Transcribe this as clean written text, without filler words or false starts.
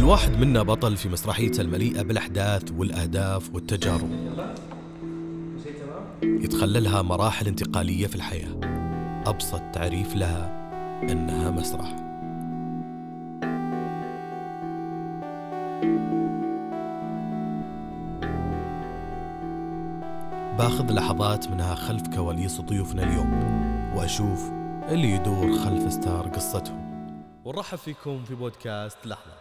واحد منا بطل في مسرحيته المليئة بالأحداث والأهداف والتجارب، يتخللها مراحل انتقالية في الحياة. أبسط تعريف لها أنها مسرح. باخذ لحظات منها خلف كواليس ضيوفنا اليوم، وأشوف اللي يدور خلف ستار قصتهم. ونرحب فيكم في بودكاست لحظة.